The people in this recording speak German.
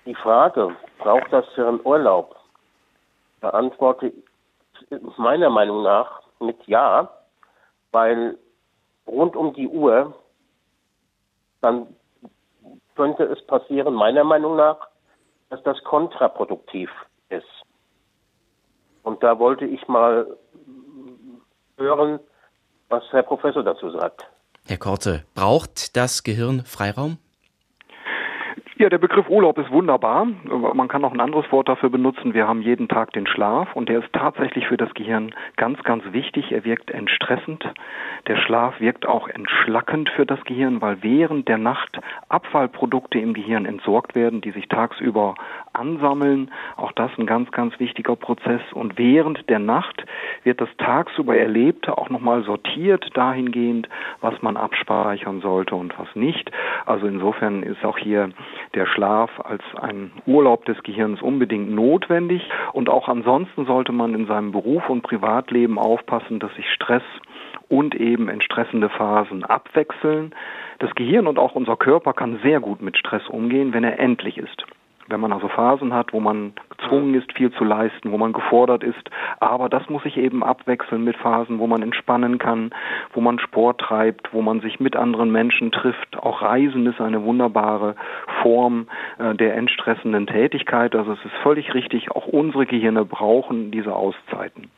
Die Frage, braucht das Hirn Urlaub, beantworte ich meiner Meinung nach mit Ja, weil rund um die Uhr dann könnte es passieren, meiner Meinung nach, dass das kontraproduktiv ist. Und da wollte ich mal hören, was Herr Professor dazu sagt. Herr Korte, braucht das Gehirn Freiraum? Ja, der Begriff Urlaub ist wunderbar. Man kann auch ein anderes Wort dafür benutzen. Wir haben jeden Tag den Schlaf und der ist tatsächlich für das Gehirn ganz, ganz wichtig. Er wirkt entstressend. Der Schlaf wirkt auch entschlackend für das Gehirn, weil während der Nacht Abfallprodukte im Gehirn entsorgt werden, die sich tagsüber ansammeln. Auch das ein ganz, ganz wichtiger Prozess. Und während der Nacht wird das tagsüber Erlebte auch nochmal sortiert dahingehend, was man abspeichern sollte und was nicht. Also insofern ist auch hier der Schlaf als ein Urlaub des Gehirns unbedingt notwendig. Und auch ansonsten sollte man in seinem Beruf und Privatleben aufpassen, dass sich Stress und eben entstressende Phasen abwechseln. Das Gehirn und auch unser Körper kann sehr gut mit Stress umgehen, wenn er endlich ist. Wenn man also Phasen hat, wo man gezwungen ist, viel zu leisten, wo man gefordert ist. Aber das muss sich eben abwechseln mit Phasen, wo man entspannen kann, wo man Sport treibt, wo man sich mit anderen Menschen trifft. Auch Reisen ist eine wunderbare Form der entstressenden Tätigkeit. Also es ist völlig richtig, auch unsere Gehirne brauchen diese Auszeiten.